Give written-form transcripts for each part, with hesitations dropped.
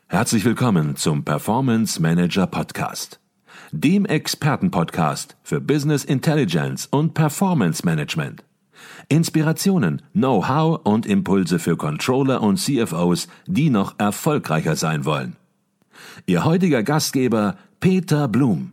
Herzlich willkommen zum Performance Manager Podcast, dem Expertenpodcast für Business Intelligence und Performance Management. Inspirationen, Know-how und Impulse für Controller und CFOs, die noch erfolgreicher sein wollen. Ihr heutiger Gastgeber Peter Blum.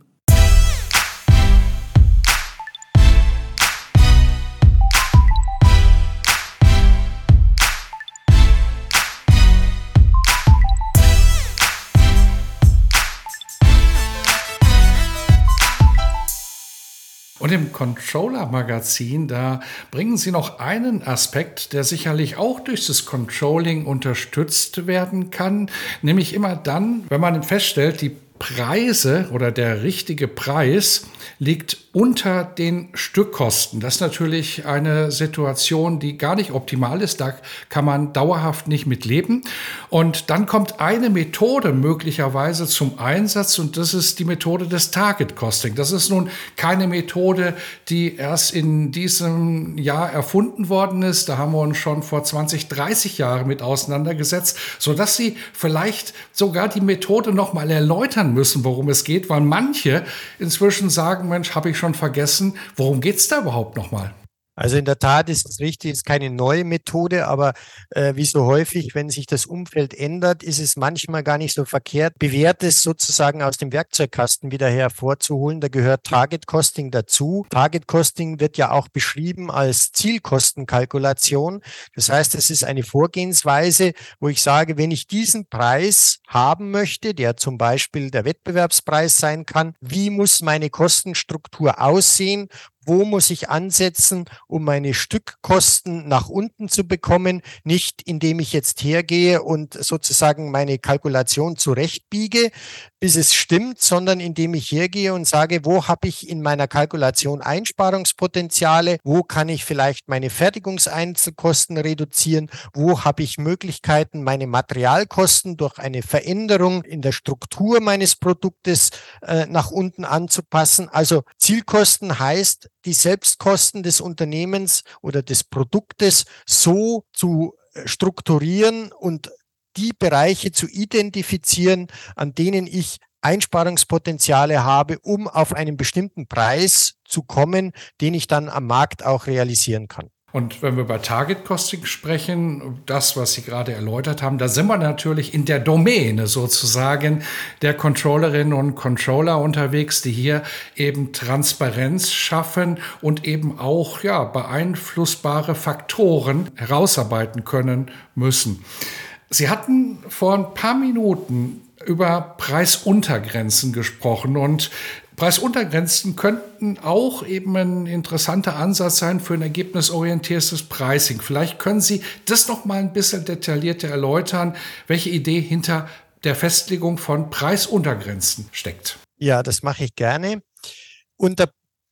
Und im Controller-Magazin, da bringen Sie noch einen Aspekt, der sicherlich auch durch das Controlling unterstützt werden kann, nämlich immer dann, wenn man feststellt, die Preise oder der richtige Preis liegt unter den Stückkosten. Das ist natürlich eine Situation, die gar nicht optimal ist. Da kann man dauerhaft nicht mit leben. Und dann kommt eine Methode möglicherweise zum Einsatz und das ist die Methode des Target Costing. Das ist nun keine Methode, die erst in diesem Jahr erfunden worden ist. Da haben wir uns schon vor 20, 30 Jahren mit auseinandergesetzt, sodass Sie vielleicht sogar die Methode noch mal erläutern müssen, worum es geht, weil manche inzwischen sagen, Mensch, habe ich schon vergessen, worum geht es da überhaupt noch mal? Also in der Tat ist es richtig, es ist keine neue Methode, aber wie so häufig, wenn sich das Umfeld ändert, ist es manchmal gar nicht so verkehrt, Bewährtes sozusagen aus dem Werkzeugkasten wieder hervorzuholen. Da gehört Target Costing dazu. Target Costing wird ja auch beschrieben als Zielkostenkalkulation. Das heißt, es ist eine Vorgehensweise, wo ich sage, wenn ich diesen Preis haben möchte, der zum Beispiel der Wettbewerbspreis sein kann, wie muss meine Kostenstruktur aussehen? Wo muss ich ansetzen, um meine Stückkosten nach unten zu bekommen? Nicht, indem ich jetzt hergehe und sozusagen meine Kalkulation zurechtbiege, bis es stimmt, sondern indem ich hergehe und sage, wo habe ich in meiner Kalkulation Einsparungspotenziale? Wo kann ich vielleicht meine Fertigungseinzelkosten reduzieren? Wo habe ich Möglichkeiten, meine Materialkosten durch eine Veränderung in der Struktur meines Produktes nach unten anzupassen? Also Zielkosten heißt, die Selbstkosten des Unternehmens oder des Produktes so zu strukturieren und die Bereiche zu identifizieren, an denen ich Einsparungspotenziale habe, um auf einen bestimmten Preis zu kommen, den ich dann am Markt auch realisieren kann. Und wenn wir über Target Costing sprechen, das, was Sie gerade erläutert haben, da sind wir natürlich in der Domäne sozusagen der Controllerinnen und Controller unterwegs, die hier eben Transparenz schaffen und eben auch beeinflussbare Faktoren herausarbeiten können müssen. Sie hatten vor ein paar Minuten über Preisuntergrenzen gesprochen und Preisuntergrenzen könnten auch eben ein interessanter Ansatz sein für ein ergebnisorientiertes Pricing. Vielleicht können Sie das noch mal ein bisschen detaillierter erläutern, welche Idee hinter der Festlegung von Preisuntergrenzen steckt. Ja, das mache ich gerne. Unter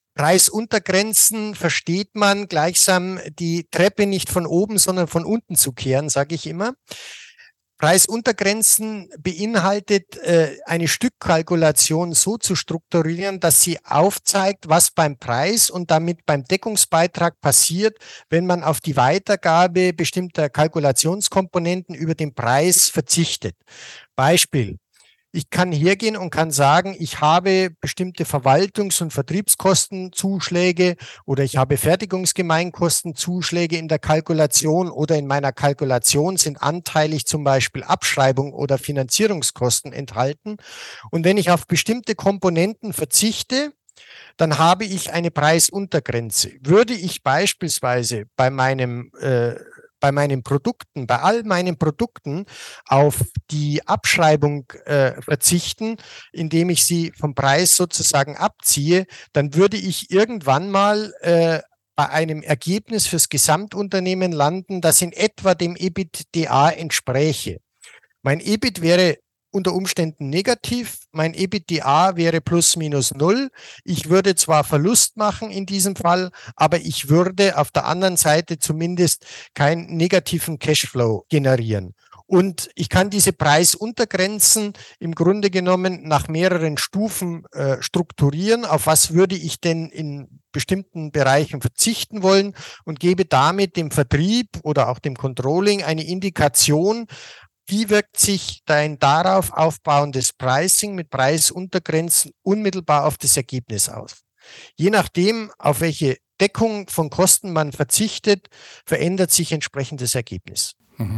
Preisuntergrenzen versteht man gleichsam die Treppe nicht von oben, sondern von unten zu kehren, sage ich immer. Preisuntergrenzen beinhaltet eine Stückkalkulation so zu strukturieren, dass sie aufzeigt, was beim Preis und damit beim Deckungsbeitrag passiert, wenn man auf die Weitergabe bestimmter Kalkulationskomponenten über den Preis verzichtet. Beispiel. Ich kann hergehen und kann sagen, ich habe bestimmte Verwaltungs- und Vertriebskostenzuschläge oder ich habe Fertigungsgemeinkostenzuschläge in der Kalkulation oder in meiner Kalkulation sind anteilig zum Beispiel Abschreibung oder Finanzierungskosten enthalten. Und wenn ich auf bestimmte Komponenten verzichte, dann habe ich eine Preisuntergrenze. Würde ich beispielsweise bei meinen Produkten, bei all meinen Produkten auf die Abschreibung verzichten, indem ich sie vom Preis sozusagen abziehe, dann würde ich irgendwann mal bei einem Ergebnis fürs Gesamtunternehmen landen, das in etwa dem EBITDA entspräche. Mein EBIT wäre unter Umständen negativ. Mein EBITDA wäre plus minus null. Ich würde zwar Verlust machen in diesem Fall, aber ich würde auf der anderen Seite zumindest keinen negativen Cashflow generieren. Und ich kann diese Preisuntergrenzen im Grunde genommen nach mehreren Stufen strukturieren. Auf was würde ich denn in bestimmten Bereichen verzichten wollen und gebe damit dem Vertrieb oder auch dem Controlling eine Indikation, wie wirkt sich ein darauf aufbauendes Pricing mit Preisuntergrenzen unmittelbar auf das Ergebnis aus? Je nachdem, auf welche Deckung von Kosten man verzichtet, verändert sich entsprechend das Ergebnis.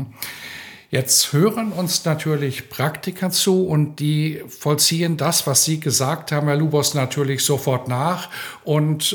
Jetzt hören uns natürlich Praktiker zu und die vollziehen das, was Sie gesagt haben, Herr Lubos, natürlich sofort nach und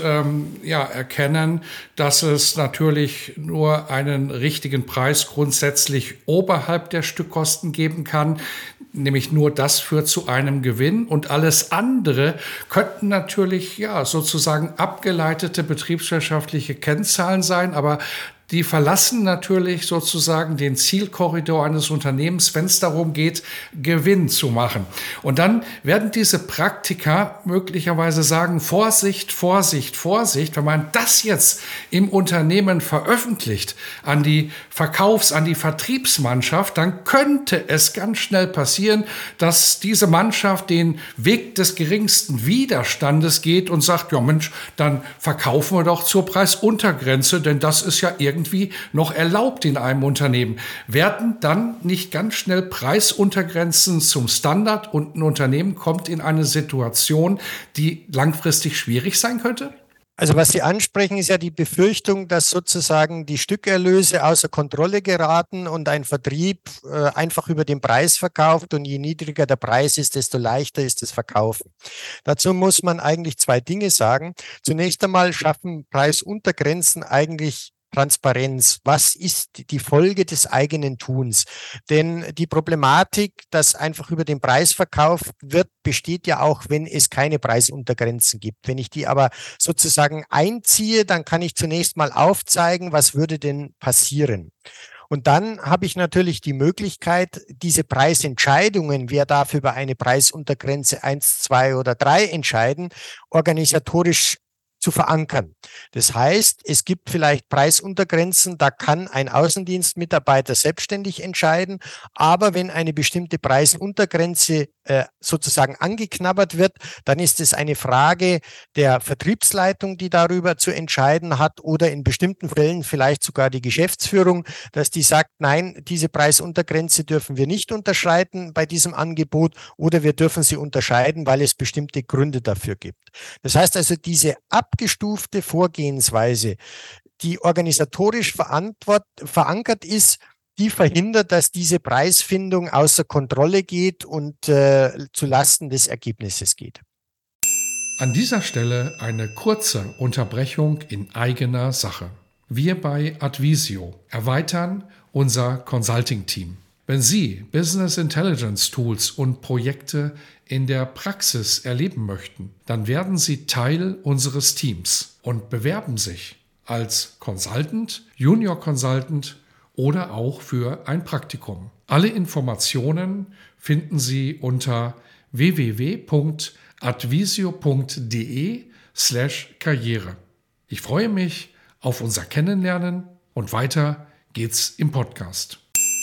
erkennen, dass es natürlich nur einen richtigen Preis grundsätzlich oberhalb der Stückkosten geben kann. Nämlich nur das führt zu einem Gewinn und alles andere könnten natürlich sozusagen abgeleitete betriebswirtschaftliche Kennzahlen sein, aber die verlassen natürlich sozusagen den Zielkorridor eines Unternehmens, wenn es darum geht, Gewinn zu machen. Und dann werden diese Praktiker möglicherweise sagen, Vorsicht, Vorsicht, Vorsicht, wenn man das jetzt im Unternehmen veröffentlicht an die an die Vertriebsmannschaft, dann könnte es ganz schnell passieren, dass diese Mannschaft den Weg des geringsten Widerstandes geht und sagt, ja Mensch, dann verkaufen wir doch zur Preisuntergrenze, denn das ist ja irgendwie noch erlaubt in einem Unternehmen. Werden dann nicht ganz schnell Preisuntergrenzen zum Standard und ein Unternehmen kommt in eine Situation, die langfristig schwierig sein könnte? Also was Sie ansprechen, ist ja die Befürchtung, dass sozusagen die Stückerlöse außer Kontrolle geraten und ein Vertrieb einfach über den Preis verkauft und je niedriger der Preis ist, desto leichter ist das Verkaufen. Dazu muss man eigentlich zwei Dinge sagen. Zunächst einmal schaffen Preisuntergrenzen eigentlich Transparenz. Was ist die Folge des eigenen Tuns? Denn die Problematik, dass einfach über den Preis verkauft wird, besteht ja auch, wenn es keine Preisuntergrenzen gibt. Wenn ich die aber sozusagen einziehe, dann kann ich zunächst mal aufzeigen, was würde denn passieren. Und dann habe ich natürlich die Möglichkeit, diese Preisentscheidungen, wer darf über eine Preisuntergrenze 1, 2 oder 3 entscheiden, organisatorisch zu verankern. Das heißt, es gibt vielleicht Preisuntergrenzen, da kann ein Außendienstmitarbeiter selbstständig entscheiden, aber wenn eine bestimmte Preisuntergrenze sozusagen angeknabbert wird, dann ist es eine Frage der Vertriebsleitung, die darüber zu entscheiden hat oder in bestimmten Fällen vielleicht sogar die Geschäftsführung, dass die sagt, nein, diese Preisuntergrenze dürfen wir nicht unterschreiten bei diesem Angebot oder wir dürfen sie unterscheiden, weil es bestimmte Gründe dafür gibt. Das heißt also, diese abgestufte Vorgehensweise, die organisatorisch verankert ist, die verhindert, dass diese Preisfindung außer Kontrolle geht und zu Lasten des Ergebnisses geht. An dieser Stelle eine kurze Unterbrechung in eigener Sache. Wir bei Advisio erweitern unser Consulting-Team. Wenn Sie Business Intelligence Tools und Projekte in der Praxis erleben möchten, dann werden Sie Teil unseres Teams und bewerben sich als Consultant, Junior Consultant oder auch für ein Praktikum. Alle Informationen finden Sie unter www.advisio.de/Karriere. Ich freue mich auf unser Kennenlernen und weiter geht's im Podcast.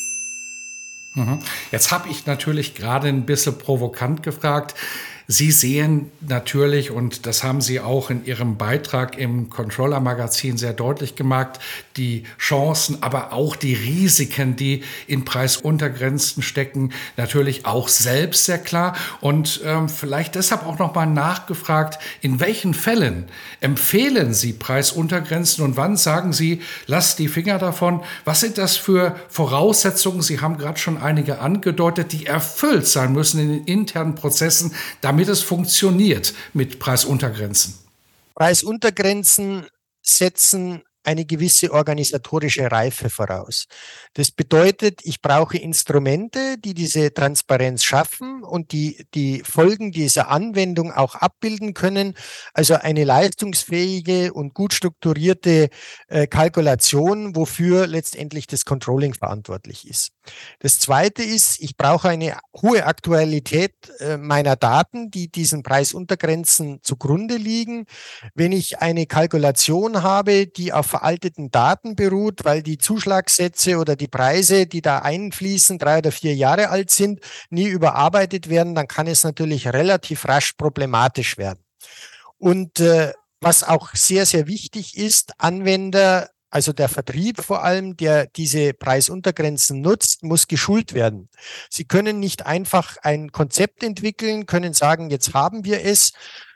Jetzt habe ich natürlich gerade ein bisschen provokant gefragt. Sie sehen natürlich, und das haben Sie auch in Ihrem Beitrag im Controller-Magazin sehr deutlich gemacht, die Chancen, aber auch die Risiken, die in Preisuntergrenzen stecken, natürlich auch selbst sehr klar. Und vielleicht deshalb auch nochmal nachgefragt, in welchen Fällen empfehlen Sie Preisuntergrenzen und wann sagen Sie, lasst die Finger davon? Was sind das für Voraussetzungen? Sie haben gerade schon einige angedeutet, die erfüllt sein müssen in den internen Prozessen, damit es funktioniert mit Preisuntergrenzen. Preisuntergrenzen setzen eine gewisse organisatorische Reife voraus. Das bedeutet, ich brauche Instrumente, die diese Transparenz schaffen und die Folgen dieser Anwendung auch abbilden können. Also eine leistungsfähige und gut strukturierte Kalkulation, wofür letztendlich das Controlling verantwortlich ist. Das Zweite ist, ich brauche eine hohe Aktualität meiner Daten, die diesen Preisuntergrenzen zugrunde liegen. Wenn ich eine Kalkulation habe, die auf veralteten Daten beruht, weil die Zuschlagssätze oder die Preise, die da einfließen, 3 oder 4 Jahre alt sind, nie überarbeitet werden, dann kann es natürlich relativ rasch problematisch werden. Und was auch sehr, sehr wichtig ist, Anwender also der Vertrieb vor allem, der diese Preisuntergrenzen nutzt, muss geschult werden. Sie können nicht einfach ein Konzept entwickeln, können sagen, jetzt haben wir es.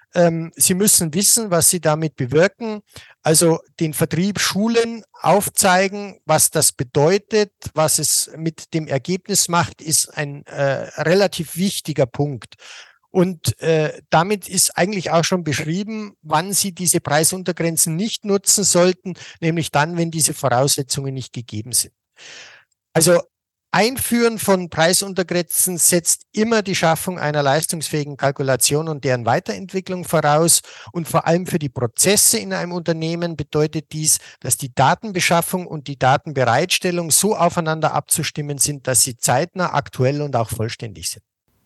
Sie müssen wissen, was Sie damit bewirken. Also den Vertrieb schulen, aufzeigen, was das bedeutet, was es mit dem Ergebnis macht, ist ein relativ wichtiger Punkt. Und damit ist eigentlich auch schon beschrieben, wann Sie diese Preisuntergrenzen nicht nutzen sollten, nämlich dann, wenn diese Voraussetzungen nicht gegeben sind. Also Einführen von Preisuntergrenzen setzt immer die Schaffung einer leistungsfähigen Kalkulation und deren Weiterentwicklung voraus. Und vor allem für die Prozesse in einem Unternehmen bedeutet dies, dass die Datenbeschaffung und die Datenbereitstellung so aufeinander abzustimmen sind, dass sie zeitnah, aktuell und auch vollständig sind.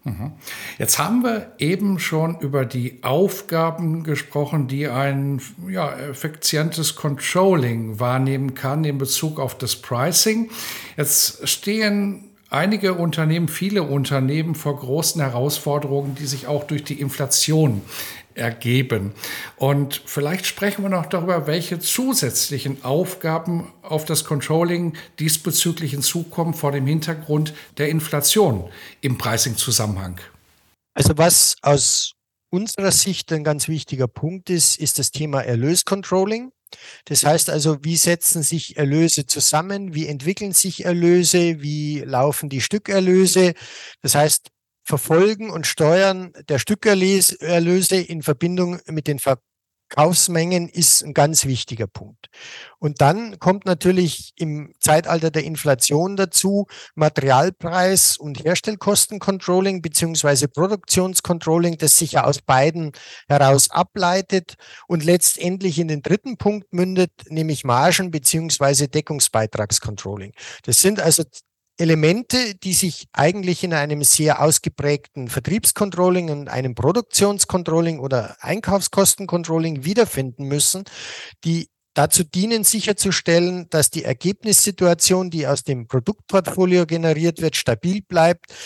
Jetzt haben wir eben schon über die Aufgaben gesprochen, die ein effizientes Controlling wahrnehmen kann in Bezug auf das Pricing. Jetzt stehen einige Unternehmen, viele Unternehmen vor großen Herausforderungen, die sich auch durch die Inflation ergeben. Und vielleicht sprechen wir noch darüber, welche zusätzlichen Aufgaben auf das Controlling diesbezüglich hinzukommen vor dem Hintergrund der Inflation im Pricing-Zusammenhang. Also was aus unserer Sicht ein ganz wichtiger Punkt ist, ist das Thema Erlöscontrolling. Das heißt also, wie setzen sich Erlöse zusammen, wie entwickeln sich Erlöse, wie laufen die Stückerlöse. Das heißt, Verfolgen und Steuern der Stückerlöse in Verbindung mit den Verkaufsmengen ist ein ganz wichtiger Punkt. Und dann kommt natürlich im Zeitalter der Inflation dazu Materialpreis- und Herstellkostencontrolling beziehungsweise Produktionscontrolling, das sich ja aus beiden heraus ableitet und letztendlich in den dritten Punkt mündet, nämlich Margen- beziehungsweise Deckungsbeitragscontrolling. Das sind also Elemente, die sich eigentlich in einem sehr ausgeprägten Vertriebscontrolling und einem Produktionscontrolling oder Einkaufskostencontrolling wiederfinden müssen, die dazu dienen, sicherzustellen, dass die Ergebnissituation, die aus dem Produktportfolio generiert wird, stabil bleibt.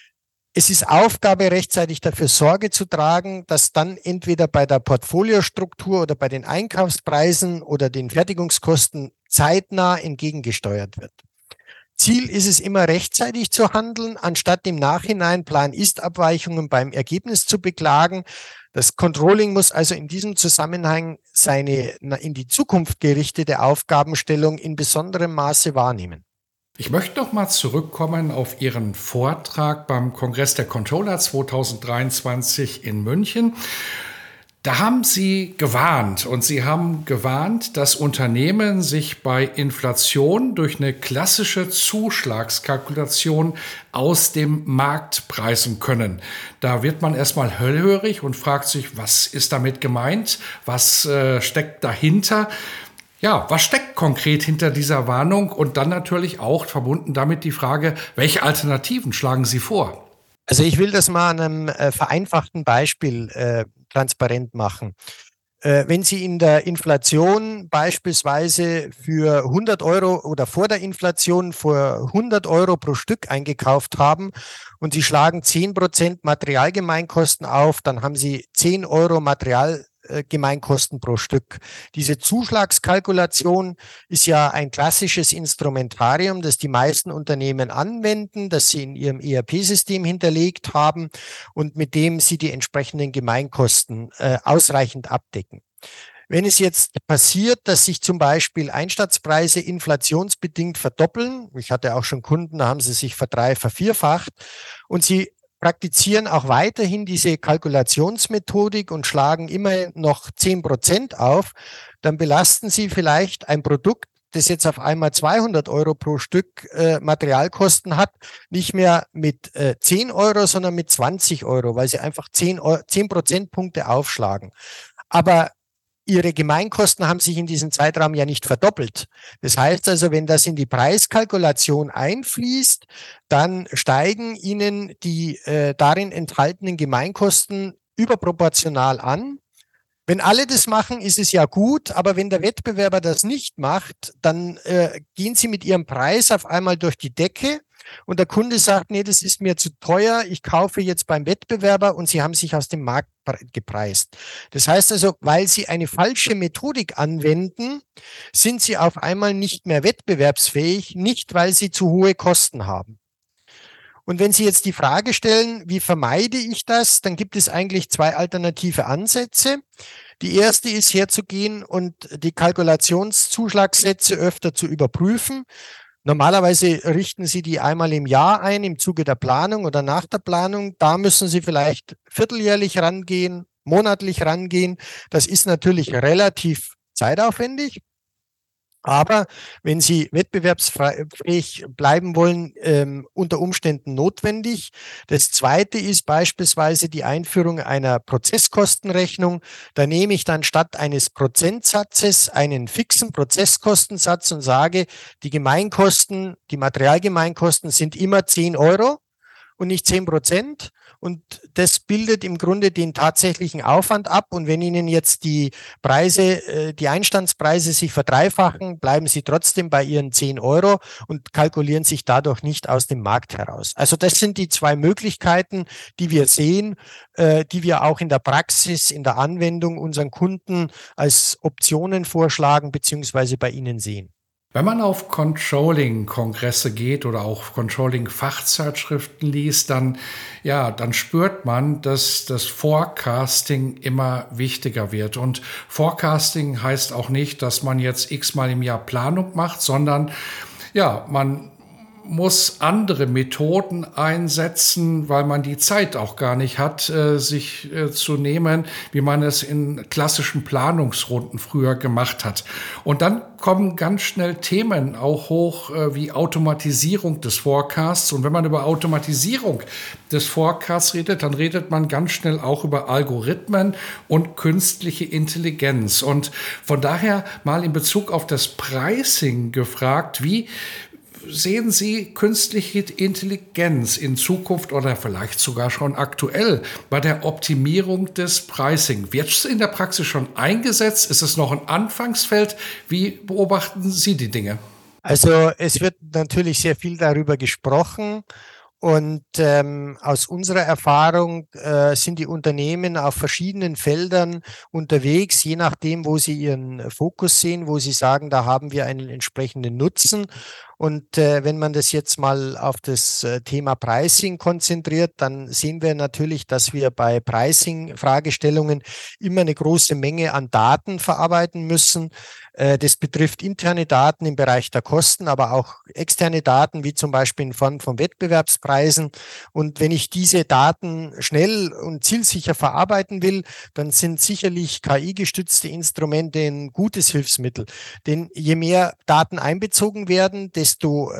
Es ist Aufgabe, rechtzeitig dafür Sorge zu tragen, dass dann entweder bei der Portfoliostruktur oder bei den Einkaufspreisen oder den Fertigungskosten zeitnah entgegengesteuert wird. Ziel ist es immer rechtzeitig zu handeln, anstatt im Nachhinein Plan-Ist-Abweichungen beim Ergebnis zu beklagen. Das Controlling muss also in diesem Zusammenhang seine in die Zukunft gerichtete Aufgabenstellung in besonderem Maße wahrnehmen. Ich möchte noch mal zurückkommen auf Ihren Vortrag beim Kongress der Controller 2023 in München. Da haben Sie gewarnt und Sie haben gewarnt, dass Unternehmen sich bei Inflation durch eine klassische Zuschlagskalkulation aus dem Markt preisen können. Da wird man erstmal hellhörig und fragt sich, was ist damit gemeint? Was steckt dahinter? Ja, was steckt konkret hinter dieser Warnung? Und dann natürlich auch verbunden damit die Frage, welche Alternativen schlagen Sie vor? Also ich will das mal an einem vereinfachten Beispiel transparent machen. Wenn Sie in der Inflation beispielsweise für 100 Euro oder vor der Inflation für 100 Euro pro Stück eingekauft haben und Sie schlagen 10% Materialgemeinkosten auf, dann haben Sie 10 Euro Materialgemeinkosten pro Stück. Diese Zuschlagskalkulation ist ja ein klassisches Instrumentarium, das die meisten Unternehmen anwenden, das sie in ihrem ERP-System hinterlegt haben und mit dem sie die entsprechenden Gemeinkosten ausreichend abdecken. Wenn es jetzt passiert, dass sich zum Beispiel Einstandspreise inflationsbedingt verdoppeln, ich hatte auch schon Kunden, da haben sie sich vervierfacht und sie praktizieren auch weiterhin diese Kalkulationsmethodik und schlagen immer noch 10% auf, dann belasten sie vielleicht ein Produkt, das jetzt auf einmal 200 Euro pro Stück Materialkosten hat, nicht mehr mit 10 Euro, sondern mit 20 Euro, weil sie einfach 10 Prozentpunkte aufschlagen. Aber Ihre Gemeinkosten haben sich in diesem Zeitraum ja nicht verdoppelt. Das heißt also, wenn das in die Preiskalkulation einfließt, dann steigen Ihnen die darin enthaltenen Gemeinkosten überproportional an. Wenn alle das machen, ist es ja gut, aber wenn der Wettbewerber das nicht macht, dann gehen Sie mit Ihrem Preis auf einmal durch die Decke und der Kunde sagt, nee, das ist mir zu teuer, ich kaufe jetzt beim Wettbewerber und Sie haben sich aus dem Markt gepreist. Das heißt also, weil Sie eine falsche Methodik anwenden, sind Sie auf einmal nicht mehr wettbewerbsfähig, nicht weil Sie zu hohe Kosten haben. Und wenn Sie jetzt die Frage stellen, wie vermeide ich das, dann gibt es eigentlich zwei alternative Ansätze. Die erste ist herzugehen und die Kalkulationszuschlagssätze öfter zu überprüfen. Normalerweise richten Sie die einmal im Jahr ein, im Zuge der Planung oder nach der Planung. Da müssen Sie vielleicht vierteljährlich rangehen, monatlich rangehen. Das ist natürlich relativ zeitaufwendig. Aber wenn Sie wettbewerbsfähig bleiben wollen, unter Umständen notwendig. Das Zweite ist beispielsweise die Einführung einer Prozesskostenrechnung. Da nehme ich dann statt eines Prozentsatzes einen fixen Prozesskostensatz und sage, die Gemeinkosten, die Materialgemeinkosten sind immer 10 Euro und nicht 10%. Und das bildet im Grunde den tatsächlichen Aufwand ab. Und wenn Ihnen jetzt die Preise, die Einstandspreise sich verdreifachen, bleiben Sie trotzdem bei Ihren 10 Euro und kalkulieren sich dadurch nicht aus dem Markt heraus. Also das sind die zwei Möglichkeiten, die wir sehen, die wir auch in der Praxis, in der Anwendung unseren Kunden als Optionen vorschlagen beziehungsweise bei Ihnen sehen. Wenn man auf Controlling-Kongresse geht oder auch Controlling-Fachzeitschriften liest, dann spürt man, dass das Forecasting immer wichtiger wird. Und Forecasting heißt auch nicht, dass man jetzt x-mal im Jahr Planung macht, sondern man muss andere Methoden einsetzen, weil man die Zeit auch gar nicht hat, sich zu nehmen, wie man es in klassischen Planungsrunden früher gemacht hat. Und dann kommen ganz schnell Themen auch hoch, wie Automatisierung des Forecasts. Und wenn man über Automatisierung des Forecasts redet, dann redet man ganz schnell auch über Algorithmen und künstliche Intelligenz. Und von daher mal in Bezug auf das Pricing gefragt, wie sehen Sie künstliche Intelligenz in Zukunft oder vielleicht sogar schon aktuell bei der Optimierung des Pricing? Wird es in der Praxis schon eingesetzt? Ist es noch ein Anfangsfeld? Wie beobachten Sie die Dinge? Also es wird natürlich sehr viel darüber gesprochen. Und aus unserer Erfahrung sind die Unternehmen auf verschiedenen Feldern unterwegs, je nachdem, wo sie ihren Fokus sehen, wo sie sagen, da haben wir einen entsprechenden Nutzen. Und wenn man das jetzt mal auf das Thema Pricing konzentriert, dann sehen wir natürlich, dass wir bei Pricing-Fragestellungen immer eine große Menge an Daten verarbeiten müssen. Das betrifft interne Daten im Bereich der Kosten, aber auch externe Daten, wie zum Beispiel in Form von Wettbewerbspreisen. Und wenn ich diese Daten schnell und zielsicher verarbeiten will, dann sind sicherlich KI-gestützte Instrumente ein gutes Hilfsmittel. Denn je mehr Daten einbezogen werden, desto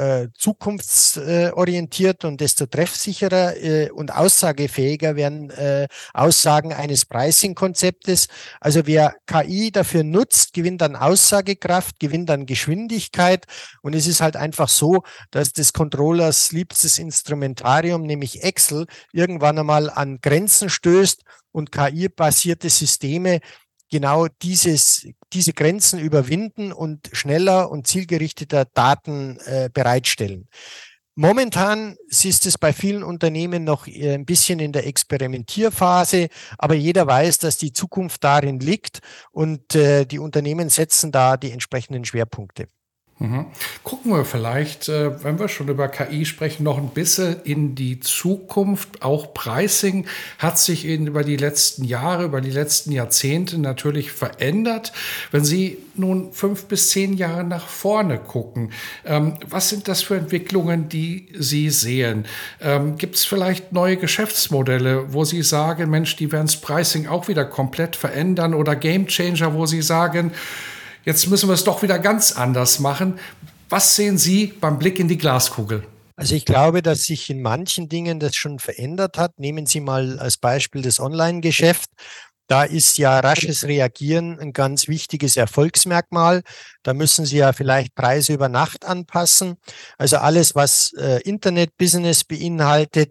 zukunftsorientiert und desto treffsicherer und aussagefähiger werden Aussagen eines Pricing-Konzeptes. Also wer KI dafür nutzt, gewinnt an Aussagekraft, gewinnt an Geschwindigkeit. Und es ist halt einfach so, dass des Controllers liebstes Instrumentarium, nämlich Excel, irgendwann einmal an Grenzen stößt und KI-basierte Systeme genau diese Grenzen überwinden und schneller und zielgerichteter Daten bereitstellen. Momentan ist es bei vielen Unternehmen noch ein bisschen in der Experimentierphase, aber jeder weiß, dass die Zukunft darin liegt und die Unternehmen setzen da die entsprechenden Schwerpunkte. Gucken wir vielleicht, wenn wir schon über KI sprechen, noch ein bisschen in die Zukunft. Auch Pricing hat sich über die letzten Jahre, über die letzten Jahrzehnte natürlich verändert. Wenn Sie nun 5 bis 10 Jahre nach vorne gucken, was sind das für Entwicklungen, die Sie sehen? Gibt es vielleicht neue Geschäftsmodelle, wo Sie sagen, Mensch, die werden das Pricing auch wieder komplett verändern, oder Gamechanger, wo Sie sagen, jetzt müssen wir es doch wieder ganz anders machen. Was sehen Sie beim Blick in die Glaskugel? Also ich glaube, dass sich in manchen Dingen das schon verändert hat. Nehmen Sie mal als Beispiel das Online-Geschäft. Da ist ja rasches Reagieren ein ganz wichtiges Erfolgsmerkmal. Da müssen Sie ja vielleicht Preise über Nacht anpassen. Also alles, was Internet-Business beinhaltet,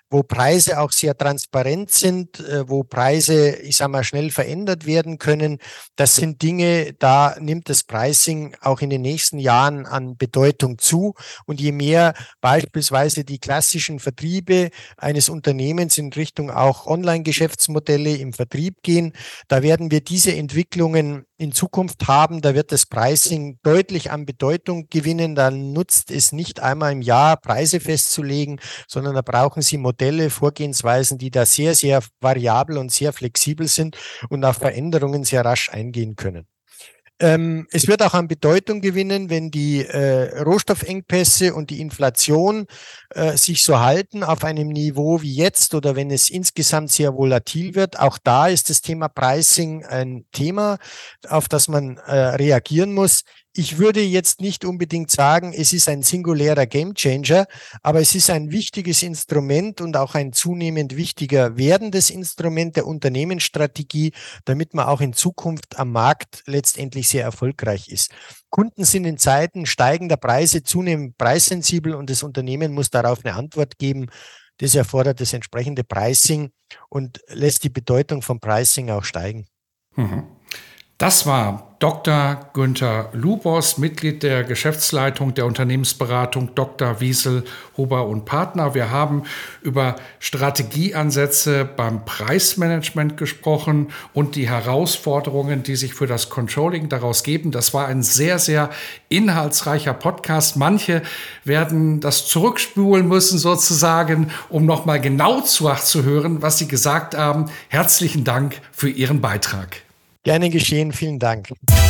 wo Preise auch sehr transparent sind, wo Preise, ich sage mal, schnell verändert werden können. Das sind Dinge, da nimmt das Pricing auch in den nächsten Jahren an Bedeutung zu. Und je mehr beispielsweise die klassischen Vertriebe eines Unternehmens in Richtung auch Online-Geschäftsmodelle im Vertrieb gehen, da werden wir diese Entwicklungen in Zukunft haben. Da wird das Pricing deutlich an Bedeutung gewinnen. Da nutzt es nicht einmal im Jahr Preise festzulegen, sondern da brauchen Sie Modelle, Vorgehensweisen, die da sehr, sehr variabel und sehr flexibel sind und auf Veränderungen sehr rasch eingehen können. Es wird auch an Bedeutung gewinnen, wenn die Rohstoffengpässe und die Inflation sich so halten auf einem Niveau wie jetzt oder wenn es insgesamt sehr volatil wird. Auch da ist das Thema Pricing ein Thema, auf das man reagieren muss. Ich würde jetzt nicht unbedingt sagen, es ist ein singulärer Gamechanger, aber es ist ein wichtiges Instrument und auch ein zunehmend wichtiger werdendes Instrument der Unternehmensstrategie, damit man auch in Zukunft am Markt letztendlich sehr erfolgreich ist. Kunden sind in Zeiten steigender Preise zunehmend preissensibel und das Unternehmen muss darauf eine Antwort geben. Das erfordert das entsprechende Pricing und lässt die Bedeutung von Pricing auch steigen. Das war Dr. Günther Lubos, Mitglied der Geschäftsleitung der Unternehmensberatung Dr. Wiesel, Huber und Partner. Wir haben über Strategieansätze beim Preismanagement gesprochen und die Herausforderungen, die sich für das Controlling daraus geben. Das war ein sehr, sehr inhaltsreicher Podcast. Manche werden das zurückspulen müssen sozusagen, um nochmal genau zuhören, was Sie gesagt haben. Herzlichen Dank für Ihren Beitrag. Gerne geschehen. Vielen Dank.